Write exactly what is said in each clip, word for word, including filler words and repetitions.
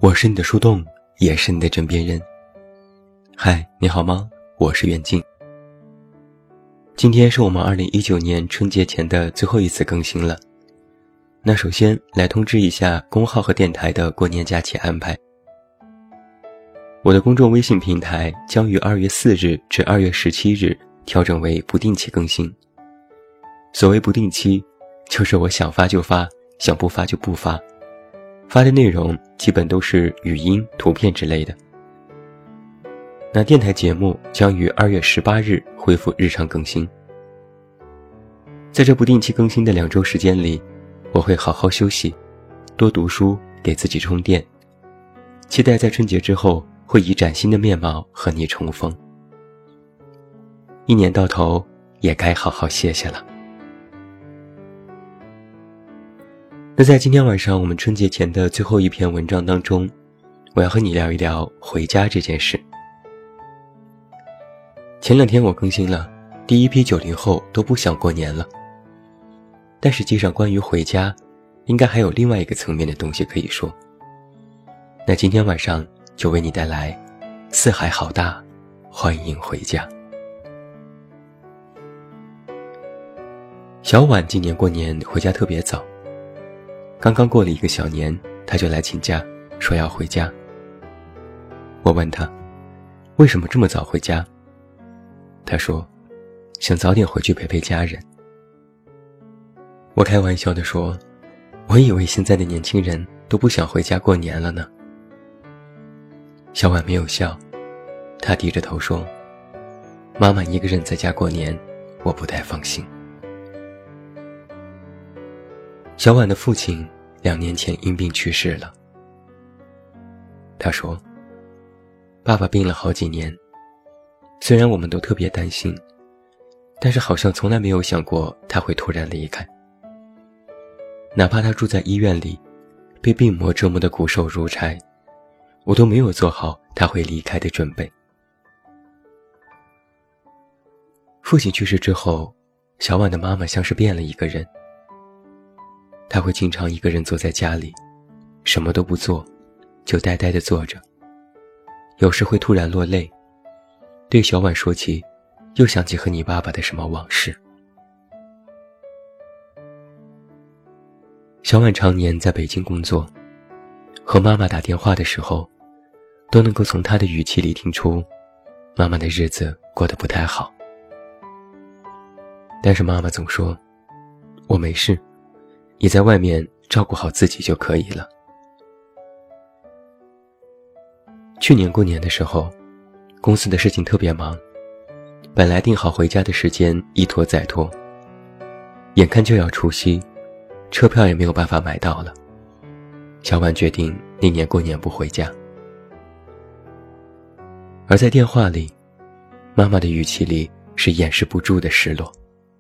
我是你的树洞，也是你的枕边人。嗨，你好吗？我是远近。今天是我们二零一九年春节前的最后一次更新了。那首先来通知一下公号和电台的过年假期安排。我的公众微信平台将于二月四日至二月十七日调整为不定期更新。所谓不定期，就是我想发就发，想不发就不发。发的内容基本都是语音、图片之类的。那电台节目将于二月十八日恢复日常更新。在这不定期更新的两周时间里，我会好好休息，多读书，给自己充电。期待在春节之后会以崭新的面貌和你重逢。一年到头，也该好好歇歇了。那在今天晚上我们春节前的最后一篇文章当中，我要和你聊一聊回家这件事。前两天我更新了，第一批九零后都不想过年了。但实际上关于回家，应该还有另外一个层面的东西可以说。那今天晚上就为你带来四海好大，欢迎回家。小婉今年过年回家特别早，刚刚过了一个小年，他就来请假，说要回家。我问他，为什么这么早回家？他说，想早点回去陪陪家人。我开玩笑地说，我以为现在的年轻人都不想回家过年了呢。小婉没有笑，她低着头说，妈妈一个人在家过年，我不太放心。小婉的父亲两年前因病去世了。他说，爸爸病了好几年，虽然我们都特别担心，但是好像从来没有想过他会突然离开。哪怕他住在医院里，被病魔折磨得骨瘦如柴，我都没有做好他会离开的准备。父亲去世之后，小婉的妈妈像是变了一个人。她会经常一个人坐在家里，什么都不做，就呆呆地坐着。有时会突然落泪，对小婉说起，又想起和你爸爸的什么往事。小婉常年在北京工作，和妈妈打电话的时候，都能够从她的语气里听出，妈妈的日子过得不太好。但是妈妈总说，我没事，你在外面照顾好自己就可以了。去年过年的时候，公司的事情特别忙，本来定好回家的时间一拖再拖，眼看就要除夕，车票也没有办法买到了。小婉决定那年过年不回家。而在电话里，妈妈的语气里是掩饰不住的失落。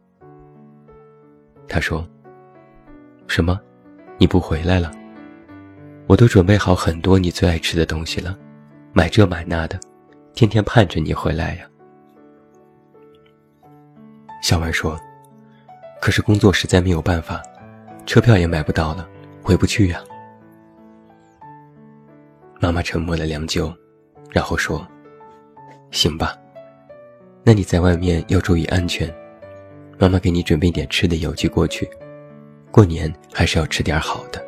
她说，什么？你不回来了？我都准备好很多你最爱吃的东西了，买这买那的，天天盼着你回来呀。小婉说，可是工作实在没有办法，车票也买不到了，回不去呀。妈妈沉默了良久，然后说，行吧，那你在外面要注意安全，妈妈给你准备点吃的邮寄过去，过年还是要吃点好的。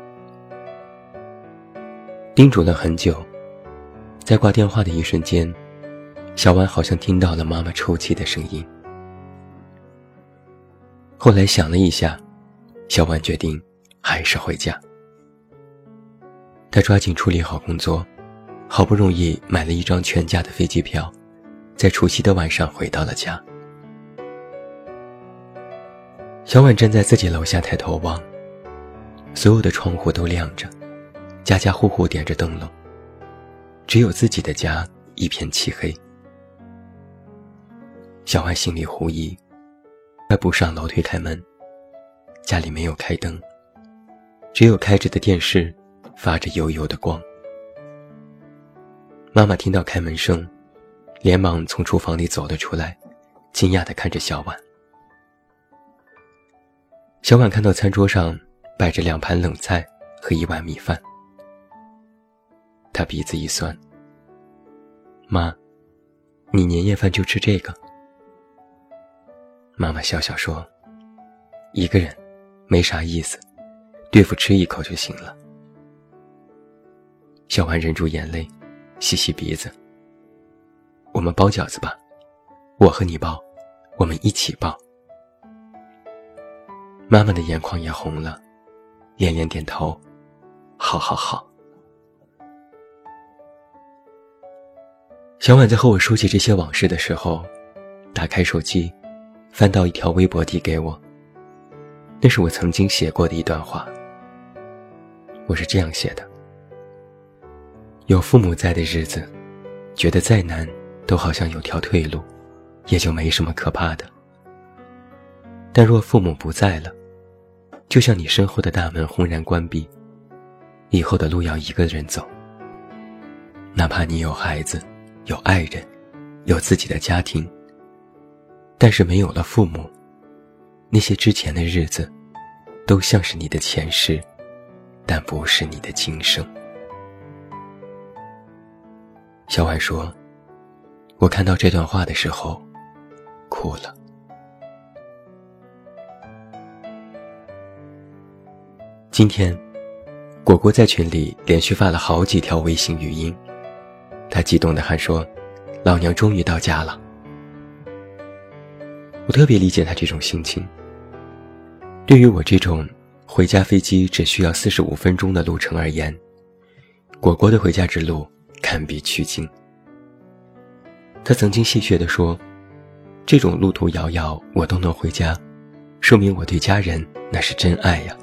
叮嘱了很久，在挂电话的一瞬间，小婉好像听到了妈妈抽泣的声音。后来想了一下，小婉决定还是回家。她抓紧处理好工作，好不容易买了一张全价的飞机票，在除夕的晚上回到了家。小婉站在自己楼下抬头望，所有的窗户都亮着，家家户户点着灯笼，只有自己的家一片漆黑。小婉心里狐疑，快步上楼推开门，家里没有开灯，只有开着的电视发着幽幽的光。妈妈听到开门声，连忙从厨房里走了出来，惊讶地看着小婉。小婉看到餐桌上摆着两盘冷菜和一碗米饭。 他鼻子一酸。妈，你年夜饭就吃这个？妈妈笑笑说，一个人没啥意思，对付吃一口就行了。小婉忍住眼泪，吸吸鼻子。我们包饺子吧，我和你包，我们一起包。妈妈的眼眶也红了，连连点头，好好好。小婉在和我说起这些往事的时候，打开手机，翻到一条微博递给我。那是我曾经写过的一段话。我是这样写的：有父母在的日子，觉得再难都好像有条退路，也就没什么可怕的。但若父母不在了，就像你身后的大门轰然关闭，以后的路要一个人走。哪怕你有孩子，有爱人，有自己的家庭，但是没有了父母，那些之前的日子都像是你的前世，但不是你的今生。小婉说，我看到这段话的时候哭了。今天果果在群里连续发了好几条微信语音，她激动地喊说，老娘终于到家了。我特别理解她这种心情。对于我这种回家飞机只需要四十五分钟的路程而言，果果的回家之路堪比取经。她曾经戏谑地说，这种路途遥遥我都能回家，说明我对家人那是真爱呀。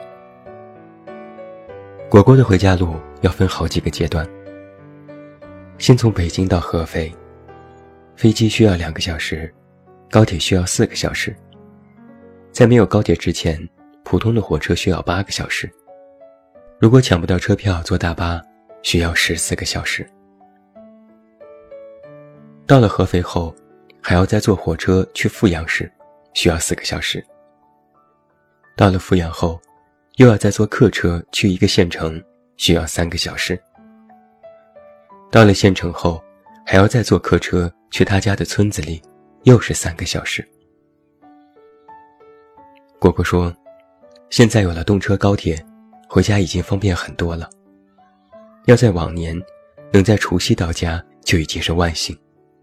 果果的回家路要分好几个阶段。先从北京到合肥，飞机需要两个小时，高铁需要四个小时。在没有高铁之前，普通的火车需要八个小时。如果抢不到车票坐大巴，需要十四个小时。到了合肥后，还要再坐火车去阜阳市，需要四个小时。到了阜阳后，又要再坐客车去一个县城，需要三个小时。到了县城后，还要再坐客车去他家的村子里，又是三个小时。果果说，现在有了动车高铁，回家已经方便很多了。要在往年，能在除夕到家就已经是万幸。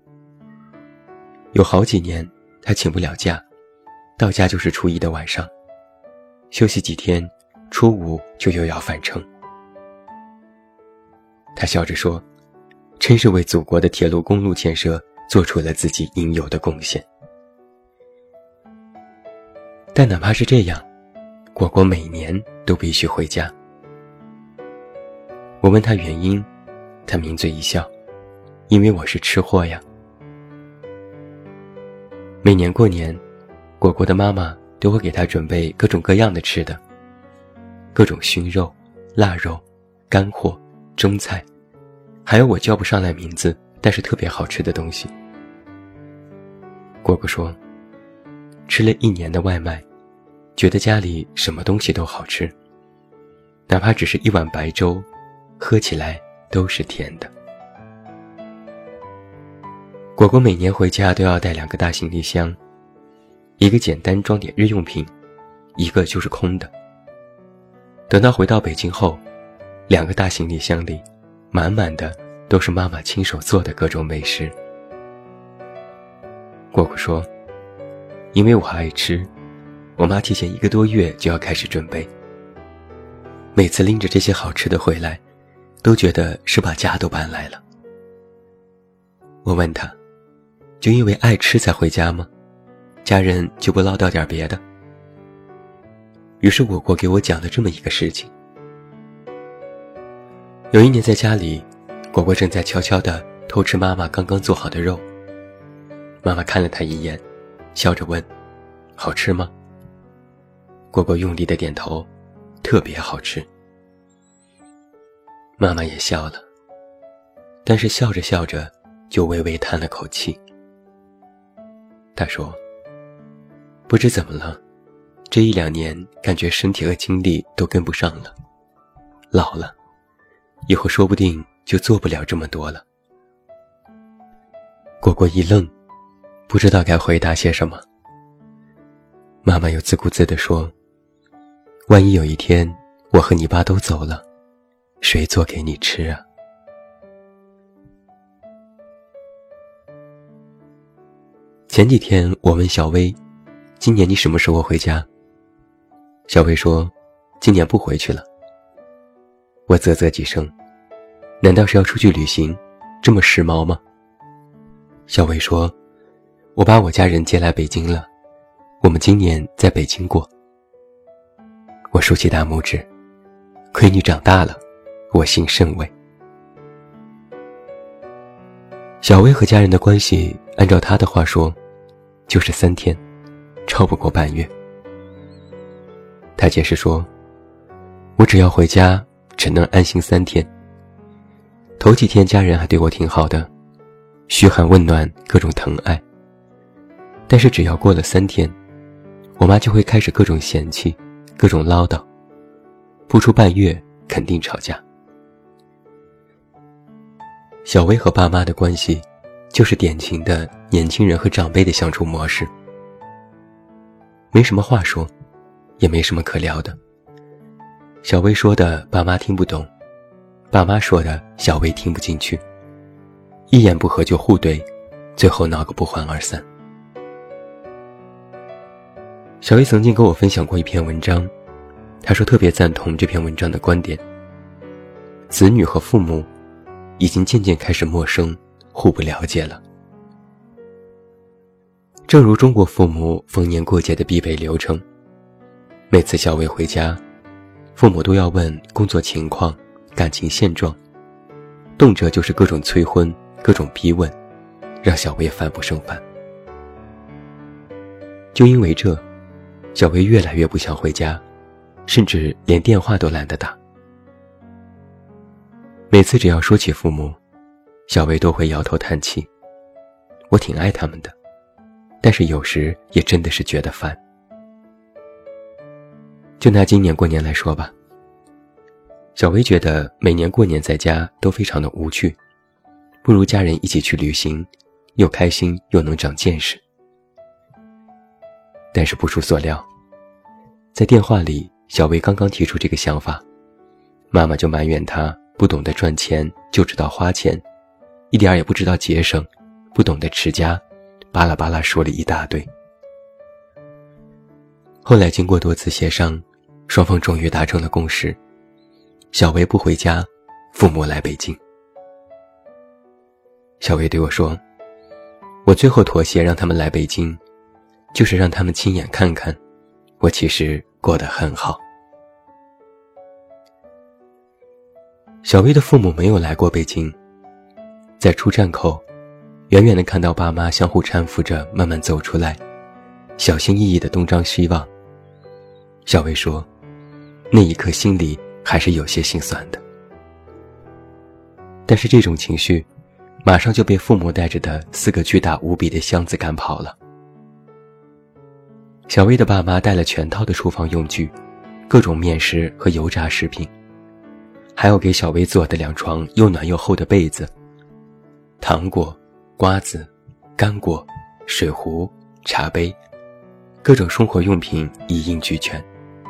有好几年，他请不了假，到家就是初一的晚上，休息几天，初五就又要返程。他笑着说，真是为祖国的铁路公路建设做出了自己应有的贡献。但哪怕是这样，果果每年都必须回家。我问他原因，他抿嘴一笑，因为我是吃货呀。每年过年，果果的妈妈都会给他准备各种各样的吃的，各种熏肉、腊肉、干货、中菜，还有我叫不上来名字但是特别好吃的东西。果果说，吃了一年的外卖，觉得家里什么东西都好吃，哪怕只是一碗白粥，喝起来都是甜的。果果每年回家都要带两个大行李箱，一个简单装点日用品，一个就是空的。等到回到北京后，两个大行李箱里满满的都是妈妈亲手做的各种美食。果果说，因为我爱吃，我妈提前一个多月就要开始准备。每次拎着这些好吃的回来，都觉得是把家都搬来了。我问她，就因为爱吃才回家吗？家人就不唠叨点别的？于是果果给我讲了这么一个事情。有一年在家里，果果正在悄悄地偷吃妈妈刚刚做好的肉。妈妈看了她一眼，笑着问，好吃吗？果果用力地点头，特别好吃。妈妈也笑了，但是笑着笑着就微微叹了口气。她说，不知怎么了，这一两年感觉身体和精力都跟不上了，老了，以后说不定就做不了这么多了。果果一愣，不知道该回答些什么。妈妈又自顾自地说，万一有一天我和你爸都走了，谁做给你吃啊？前几天我问小薇，今年你什么时候回家？小薇说，今年不回去了。我啧啧几声，难道是要出去旅行，这么时髦吗？小薇说，我把我家人接来北京了，我们今年在北京过。我竖起大拇指，亏你长大了，我心甚慰。小薇和家人的关系，按照她的话说，就是三天，超不过半月。她解释说，我只要回家，只能安心三天。头几天家人还对我挺好的，嘘寒问暖，各种疼爱。但是只要过了三天，我妈就会开始各种嫌弃，各种唠叨，不出半月肯定吵架。小薇和爸妈的关系就是典型的年轻人和长辈的相处模式，没什么话说，也没什么可聊的。小薇说的爸妈听不懂，爸妈说的小薇听不进去，一言不合就互怼，最后闹个不欢而散。小薇曾经跟我分享过一篇文章，她说特别赞同这篇文章的观点，子女和父母已经渐渐开始陌生，互不了解了。正如中国父母逢年过节的必备流程，每次小薇回家，父母都要问工作情况、感情现状，动辄就是各种催婚、各种逼问，让小薇烦不胜烦。就因为这，小薇越来越不想回家，甚至连电话都懒得打。每次只要说起父母，小薇都会摇头叹气。我挺爱他们的，但是有时也真的是觉得烦。就拿今年过年来说吧，小薇觉得每年过年在家都非常的无趣，不如家人一起去旅行，又开心又能长见识。但是不出所料，在电话里，小薇刚刚提出这个想法，妈妈就埋怨她不懂得赚钱，就知道花钱，一点也不知道节省，不懂得持家，巴拉巴拉说了一大堆。后来经过多次协商，双方终于达成了共识，小薇不回家，父母来北京。小薇对我说，我最后妥协让他们来北京，就是让他们亲眼看看我其实过得很好。小薇的父母没有来过北京，在出站口，远远地看到爸妈相互搀扶着慢慢走出来，小心翼翼地东张西望。小薇说，那一刻心里还是有些心酸的。但是这种情绪马上就被父母带着的四个巨大无比的箱子赶跑了。小薇的爸妈带了全套的厨房用具，各种面食和油炸食品，还有给小薇做的两床又暖又厚的被子，糖果、瓜子、干果、水壶、茶杯，各种生活用品一应俱全。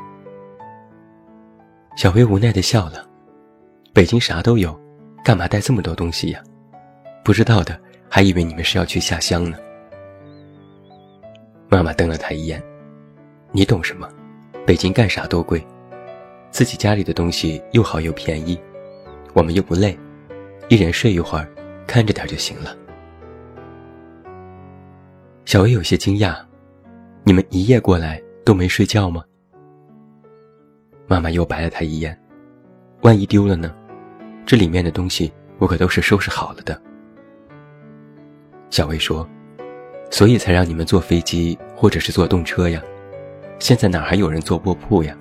小薇无奈地笑了，北京啥都有，干嘛带这么多东西呀？不知道的还以为你们是要去下乡呢。妈妈瞪了他一眼，你懂什么？北京干啥都贵，自己家里的东西又好又便宜，我们又不累，一人睡一会儿，看着点就行了。小薇有些惊讶，你们一夜过来都没睡觉吗？妈妈又白了他一眼，万一丢了呢？这里面的东西我可都是收拾好了的。小薇说，所以才让你们坐飞机或者是坐动车呀，现在哪还有人坐卧铺呀？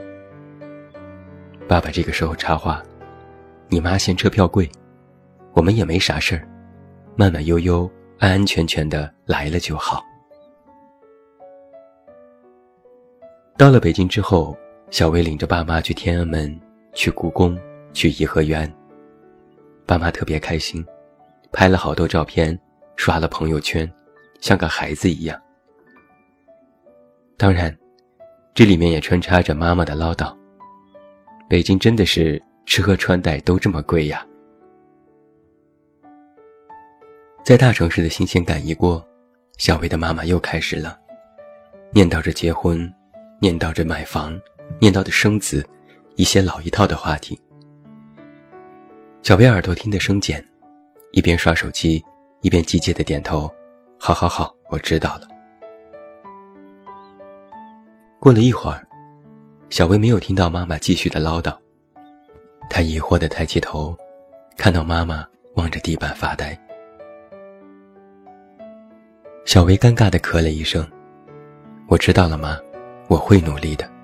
爸爸这个时候插话，你妈嫌车票贵，我们也没啥事儿，慢慢悠悠安安全全的来了就好。到了北京之后，小薇领着爸妈去天安门，去故宫，去颐和园。 爸妈特别开心，拍了好多照片，刷了朋友圈，像个孩子一样。当然，这里面也穿插着妈妈的唠叨。北京真的是吃喝穿戴都这么贵呀。在大城市的新鲜感一过，小薇的妈妈又开始了，念叨着结婚，念叨着买房，念叨着生子，一些老一套的话题。小薇耳朵听得生茧，一边刷手机，一边急切地点头，好好好，我知道了。过了一会儿，小薇没有听到妈妈继续的唠叨，她疑惑地抬起头，看到妈妈望着地板发呆。小薇尴尬地咳了一声，我知道了妈，我会努力的。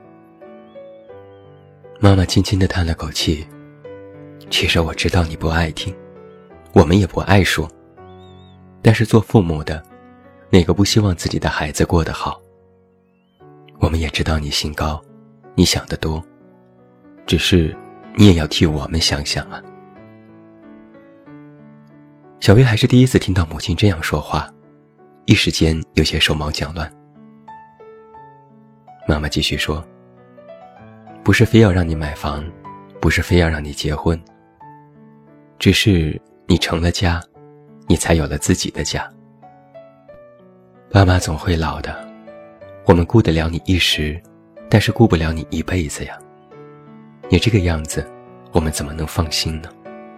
妈妈轻轻地叹了口气，其实我知道你不爱听，我们也不爱说，但是做父母的，哪个不希望自己的孩子过得好？我们也知道你心高，你想得多，只是你也要替我们想想啊。小薇还是第一次听到母亲这样说话，一时间有些手忙脚乱。妈妈继续说，不是非要让你买房，不是非要让你结婚，只是你成了家，你才有了自己的家。爸妈总会老的，我们顾得了你一时，但是顾不了你一辈子呀。你这个样子，我们怎么能放心呢？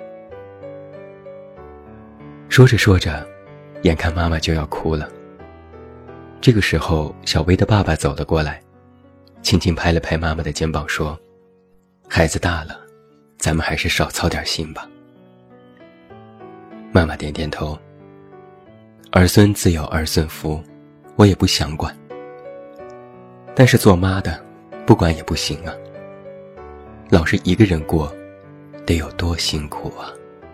说着说着，眼看妈妈就要哭了。这个时候，小薇的爸爸走了过来，轻轻拍了拍妈妈的肩膀说，孩子大了，咱们还是少操点心吧。妈妈点点头，儿孙自有儿孙福，我也不想管，但是做妈的不管也不行啊，老是一个人过，得有多辛苦啊。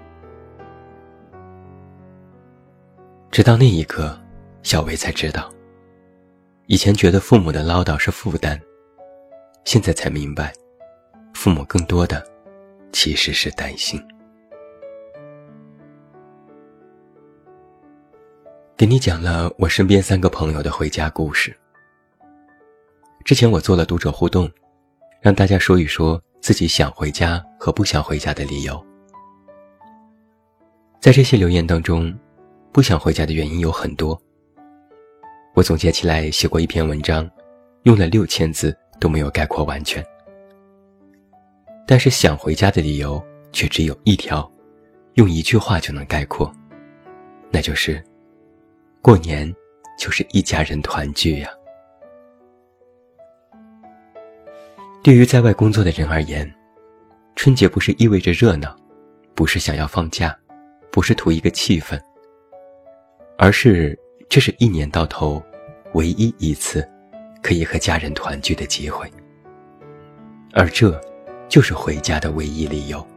直到那一刻，小薇才知道，以前觉得父母的唠叨是负担，现在才明白，父母更多的其实是担心。给你讲了我身边三个朋友的回家故事。之前我做了读者互动，让大家说一说自己想回家和不想回家的理由。在这些留言当中，不想回家的原因有很多，我总结起来写过一篇文章，用了六千字都没有概括完全。但是想回家的理由却只有一条，用一句话就能概括，那就是过年就是一家人团聚呀。对于在外工作的人而言，春节不是意味着热闹，不是想要放假，不是图一个气氛，而是这是一年到头唯一一次可以和家人团聚的机会，而这就是回家的唯一理由。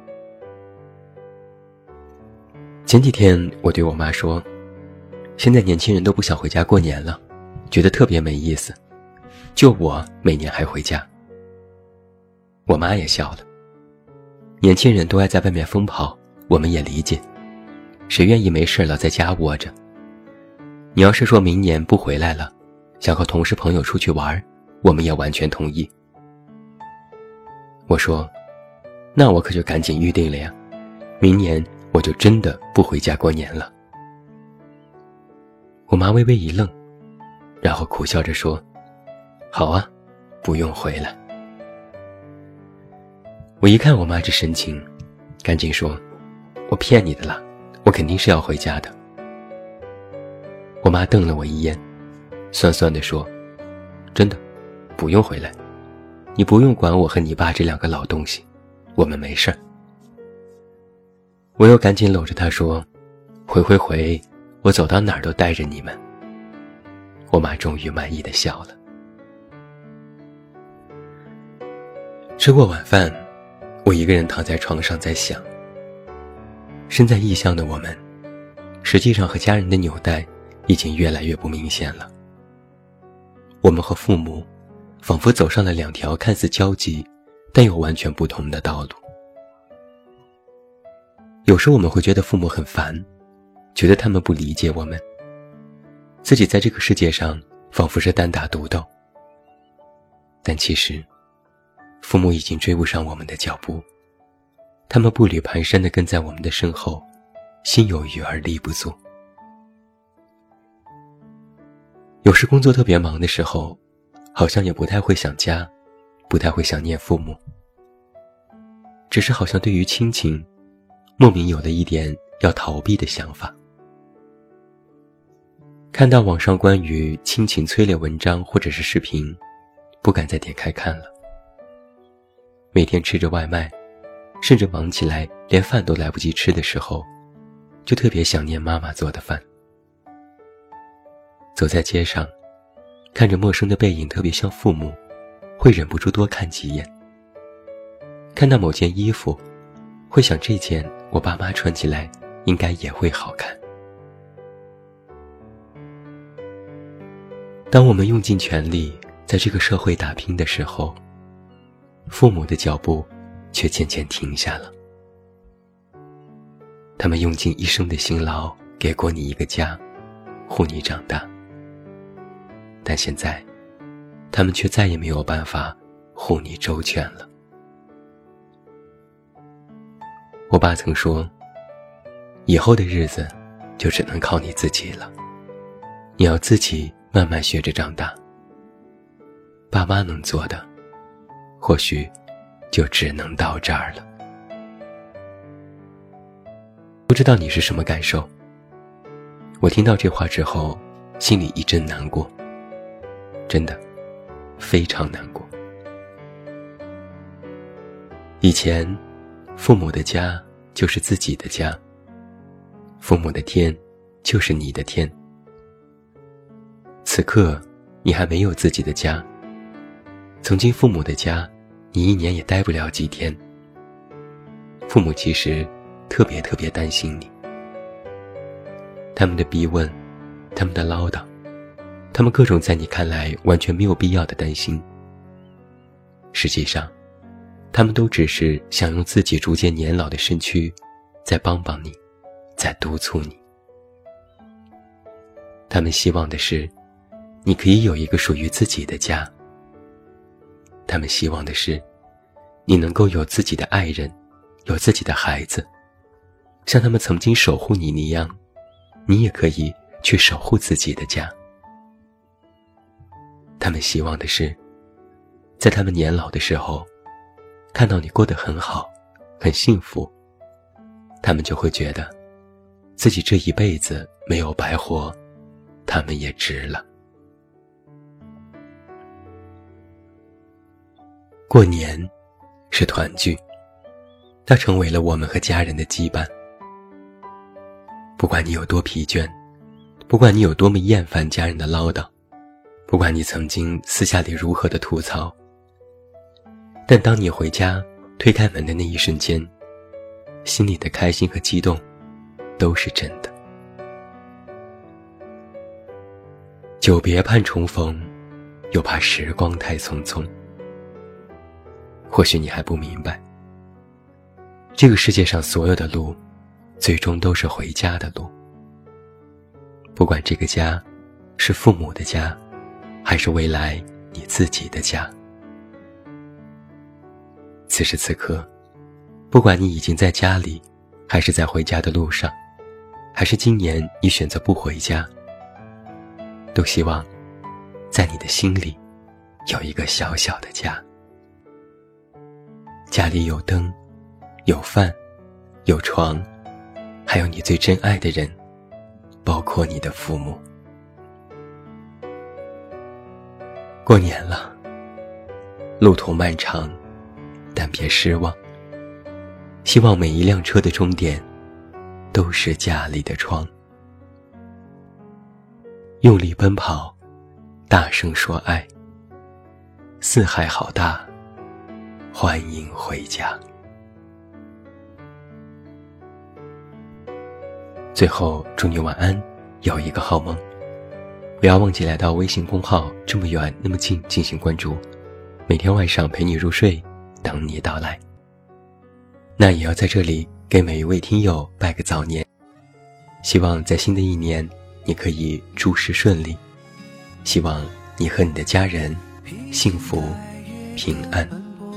前几天我对我妈说，现在年轻人都不想回家过年了，觉得特别没意思，就我每年还回家。我妈也笑了，年轻人都爱在外面疯跑，我们也理解，谁愿意没事了在家窝着？你要是说明年不回来了，想和同事朋友出去玩，我们也完全同意。我说，那我可就赶紧预定了呀，明年我就真的不回家过年了。我妈微微一愣，然后苦笑着说，好啊，不用回来。我一看我妈这神情，赶紧说，我骗你的啦，我肯定是要回家的。我妈瞪了我一眼，酸酸地说，真的，不用回来，你不用管我和你爸这两个老东西，我们没事儿。我又赶紧搂着她说，回回回，我走到哪儿都带着你们。我妈终于满意地笑了。吃过晚饭，我一个人躺在床上在想，身在异乡的我们，实际上和家人的纽带已经越来越不明显了。我们和父母仿佛走上了两条看似交集但又完全不同的道路。 有时我们会觉得父母很烦，觉得他们不理解我们，自己在这个世界上仿佛是单打独斗。但其实父母已经追不上我们的脚步，他们步履蹒跚地跟在我们的身后，心有余而力不足。有时工作特别忙的时候，好像也不太会想家，不太会想念父母，只是好像对于亲情莫名有了一点要逃避的想法。看到网上关于亲情催泪文章或者是视频，不敢再点开看了。每天吃着外卖，甚至忙起来连饭都来不及吃的时候，就特别想念妈妈做的饭。走在街上，看着陌生的背影特别像父母，会忍不住多看几眼。看到某件衣服，会想这件我爸妈穿起来应该也会好看。当我们用尽全力在这个社会打拼的时候，父母的脚步却渐渐停下了。他们用尽一生的辛劳给过你一个家，护你长大，但现在他们却再也没有办法护你周全了。我爸曾说，以后的日子就只能靠你自己了，你要自己慢慢学着长大。爸妈能做的，或许就只能到这儿了。不知道你是什么感受？我听到这话之后，心里一阵难过，真的非常难过。以前父母的家就是自己的家，父母的天就是你的天。此刻你还没有自己的家，曾经父母的家你一年也待不了几天。父母其实特别特别担心你，他们的逼问，他们的唠叨，他们各种在你看来完全没有必要的担心，实际上他们都只是想用自己逐渐年老的身躯再帮帮你，再督促你。他们希望的是你可以有一个属于自己的家，他们希望的是你能够有自己的爱人，有自己的孩子，像他们曾经守护你那样，你也可以去守护自己的家。他们希望的是在他们年老的时候，看到你过得很好，很幸福，他们就会觉得自己这一辈子没有白活，他们也值了。过年是团聚，它成为了我们和家人的羁绊。不管你有多疲倦，不管你有多么厌烦家人的唠叨，不管你曾经私下里如何的吐槽，但当你回家推开门的那一瞬间，心里的开心和激动都是真的。久别盼重逢，又怕时光太匆匆。或许你还不明白，这个世界上所有的路最终都是回家的路。不管这个家是父母的家，还是未来你自己的家。此时此刻，不管你已经在家里，还是在回家的路上，还是今年你选择不回家，都希望在你的心里有一个小小的家。家里有灯，有饭，有床，还有你最珍爱的人，包括你的父母。过年了，路途漫长，但别失望。希望每一辆车的终点都是家里的窗。用力奔跑，大声说爱，四海好大，欢迎回家。最后祝你晚安，有一个好梦。不要忘记来到微信公号这么远那么近进行关注，每天晚上陪你入睡，等你到来。那也要在这里给每一位听友拜个早年，希望在新的一年你可以诸事顺利，希望你和你的家人幸福平安。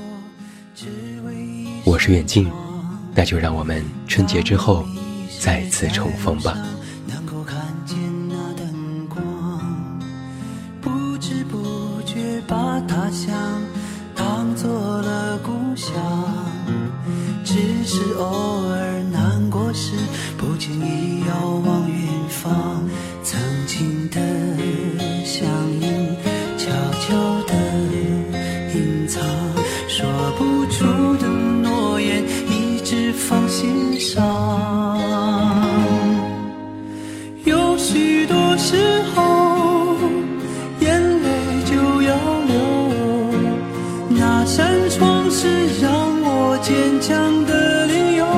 我是远近，那就让我们春节之后再次重逢吧。 能够看见那灯光，不知不觉把他乡当作了故乡，只是偶尔难过时不经意遥望远方，曾经的相映悄悄地隐藏，说不出的诺言一直放心上。有许多时候眼泪就要流，那扇窗是让我坚强的理由，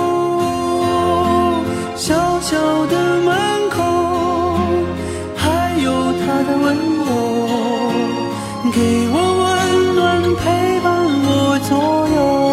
小小的门口还有他的温柔，给我温暖陪伴我左右。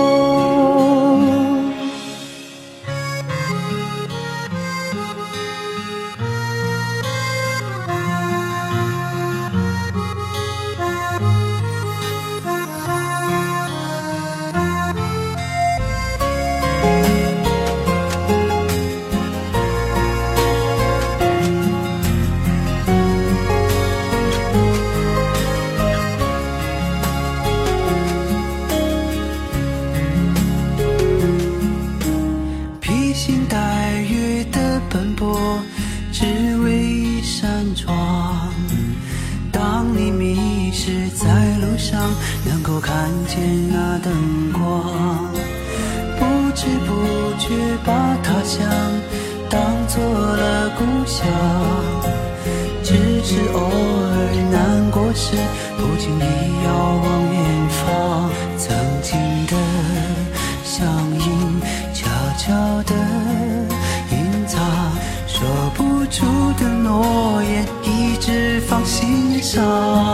披星戴月的奔波，只为一扇窗。当你迷失在路上，能够看见那灯光，不知不觉把他乡当作了故乡，只是偶尔难过时不经意遥望远方，曾经的相映悄悄地隐藏，说不出的诺言一直放心上。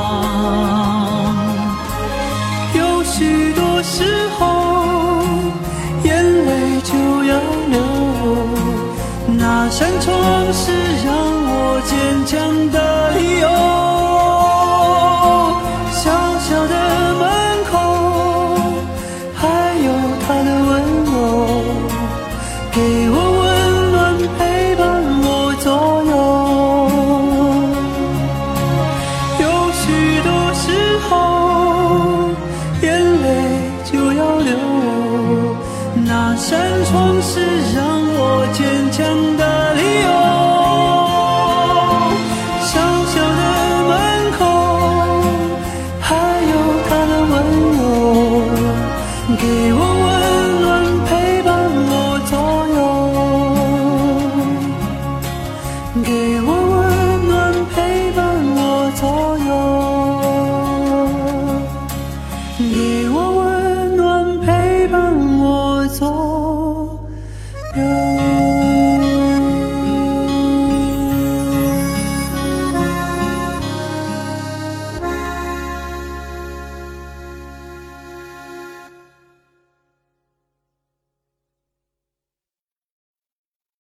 有许多时候眼泪就要流，那扇窗是让我坚强的理由，小小的门口还有他的温柔，给我温暖陪伴我左右。有许多时候眼泪就要流，那扇窗是让我坚强的理由，小小的门口还有他的温柔，给我温暖陪伴我左右，给我温暖陪伴我左右，给我温暖陪伴我左右。